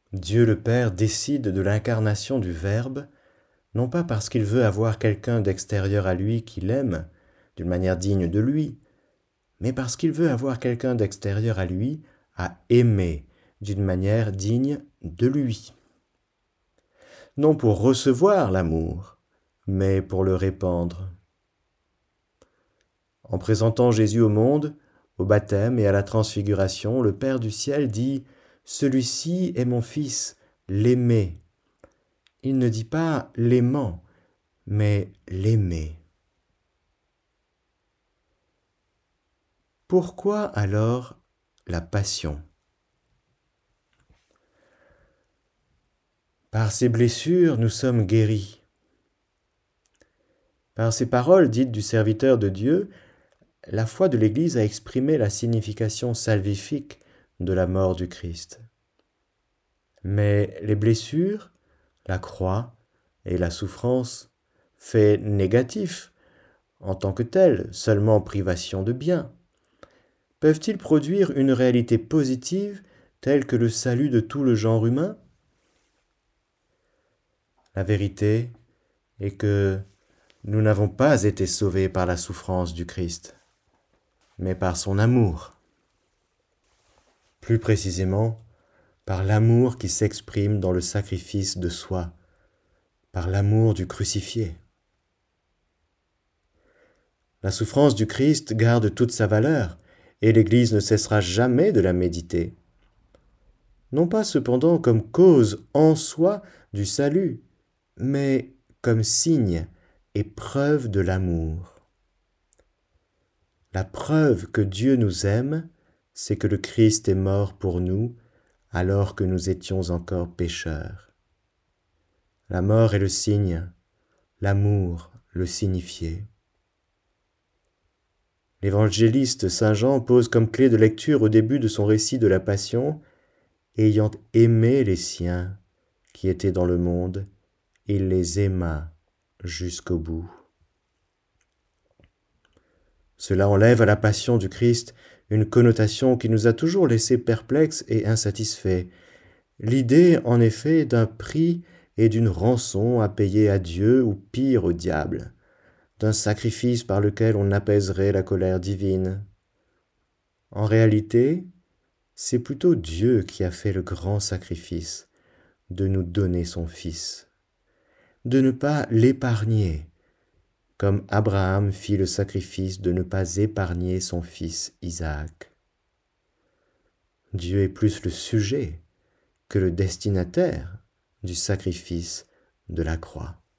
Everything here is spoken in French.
Dieu le Père décide de l'incarnation du Verbe, non pas parce qu'il veut avoir quelqu'un d'extérieur à lui qui l'aime, d'une manière digne de lui, mais parce qu'il veut avoir quelqu'un d'extérieur à lui à aimer d'une manière digne de lui. Non pour recevoir l'amour, mais pour le répandre. En présentant Jésus au monde, au baptême et à la transfiguration, le Père du ciel dit « Celui-ci est mon Fils, l'aimé ». Il ne dit pas l'aimant, mais l'aimer. Pourquoi alors la passion? Par ces blessures, nous sommes guéris. Par ces paroles dites du serviteur de Dieu, la foi de l'Église a exprimé la signification salvifique de la mort du Christ. Mais les blessures, la croix et la souffrance, faits négatifs en tant que tels, seulement privation de bien, peuvent-ils produire une réalité positive telle que le salut de tout le genre humain? La vérité est que nous n'avons pas été sauvés par la souffrance du Christ, mais par son amour. Plus précisément, par l'amour qui s'exprime dans le sacrifice de soi, par l'amour du crucifié. La souffrance du Christ garde toute sa valeur, et l'Église ne cessera jamais de la méditer. Non pas cependant comme cause en soi du salut, mais comme signe et preuve de l'amour. La preuve que Dieu nous aime, c'est que le Christ est mort pour nous alors que nous étions encore pécheurs. La mort est le signe, l'amour le signifié. L'évangéliste Saint Jean pose comme clé de lecture au début de son récit de la Passion « Ayant aimé les siens qui étaient dans le monde, il les aima jusqu'au bout. » Cela enlève à la Passion du Christ une connotation qui nous a toujours laissés perplexes et insatisfaits. L'idée, en effet, d'un prix et d'une rançon à payer à Dieu ou pire au diable, d'un sacrifice par lequel on apaiserait la colère divine. En réalité, c'est plutôt Dieu qui a fait le grand sacrifice de nous donner son Fils, de ne pas l'épargner, comme Abraham fit le sacrifice de ne pas épargner son fils Isaac. Dieu est plus le sujet que le destinataire du sacrifice de la croix.